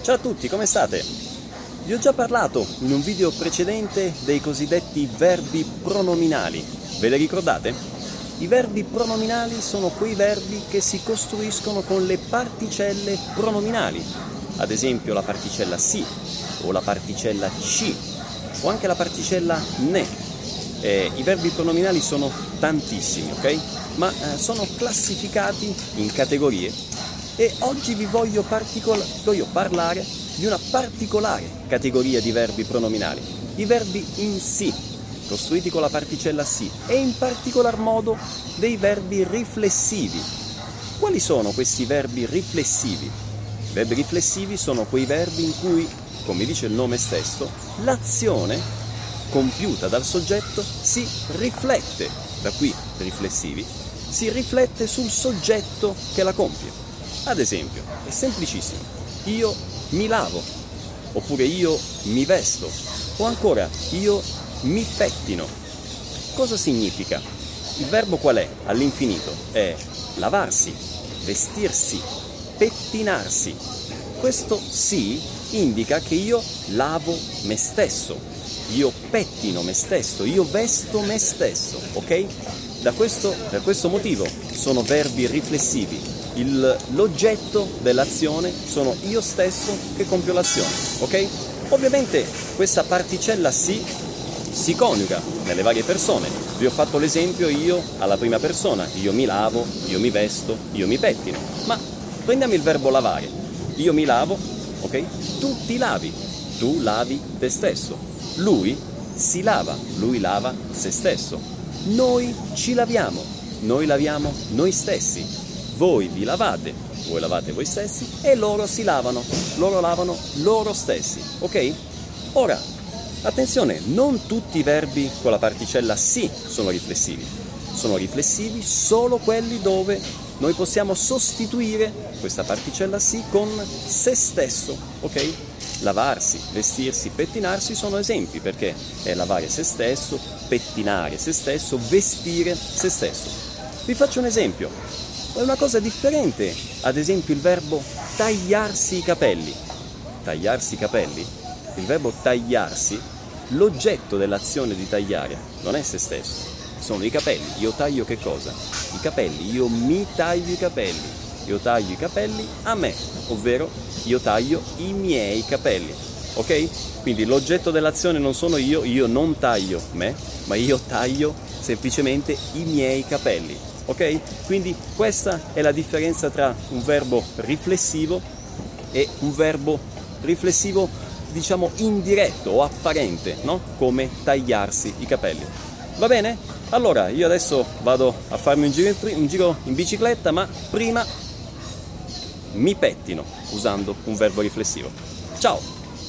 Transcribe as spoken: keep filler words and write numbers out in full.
Ciao a tutti, come state? Vi ho già parlato in un video precedente dei cosiddetti verbi pronominali. Ve li ricordate? I verbi pronominali sono quei verbi che si costruiscono con le particelle pronominali. Ad esempio la particella si, o la particella ci, o anche la particella ne. Eh, I verbi pronominali sono tantissimi, ok? Ma eh, sono classificati in categorie e oggi vi voglio, particol- voglio parlare di una particolare categoria di verbi pronominali, i verbi in si, costruiti con la particella si, e in particolar modo dei verbi riflessivi. Quali sono questi verbi riflessivi? I verbi riflessivi sono quei verbi in cui, come dice il nome stesso, l'azione compiuta dal soggetto si riflette, da qui riflessivi, si riflette sul soggetto che la compie. Ad esempio, è semplicissimo, io mi lavo, oppure io mi vesto, o ancora io mi pettino. Cosa significa? Il verbo qual è? All'infinito è lavarsi, vestirsi, pettinarsi. Questo sì indica che io lavo me stesso, io pettino me stesso, io vesto me stesso, ok? Da questo, per questo motivo sono verbi riflessivi. Il, l'oggetto dell'azione sono io stesso che compio l'azione, ok? Ovviamente questa particella si si coniuga nelle varie persone. Vi ho fatto l'esempio io alla prima persona, io mi lavo, io mi vesto, io mi pettino. Ma prendiamo il verbo lavare. Io mi lavo, ok? Tu ti lavi, tu lavi te stesso. Lui si lava, lui lava se stesso. Noi ci laviamo, noi laviamo noi stessi. Voi vi lavate, voi lavate voi stessi, e loro si lavano, loro lavano loro stessi, ok? Ora, attenzione, non tutti i verbi con la particella si sono riflessivi. Sono riflessivi solo quelli dove noi possiamo sostituire questa particella si con se stesso, ok? Lavarsi, vestirsi, pettinarsi sono esempi, perché è lavare se stesso, pettinare se stesso, vestire se stesso. Vi faccio un esempio. È una cosa differente, ad esempio il verbo tagliarsi i capelli. Tagliarsi i capelli? Il verbo tagliarsi, l'oggetto dell'azione di tagliare non è se stesso, sono i capelli. Io taglio che cosa? I capelli, io mi taglio i capelli, io taglio i capelli a me, ovvero io taglio i miei capelli, ok? Quindi l'oggetto dell'azione non sono io, io non taglio me, ma io taglio semplicemente i miei capelli, ok? Quindi questa è la differenza tra un verbo riflessivo e un verbo riflessivo, diciamo, indiretto o apparente, no? Come tagliarsi i capelli. Va bene? Allora, io adesso vado a farmi un giro, un giro in bicicletta, ma prima mi pettino usando un verbo riflessivo. Ciao!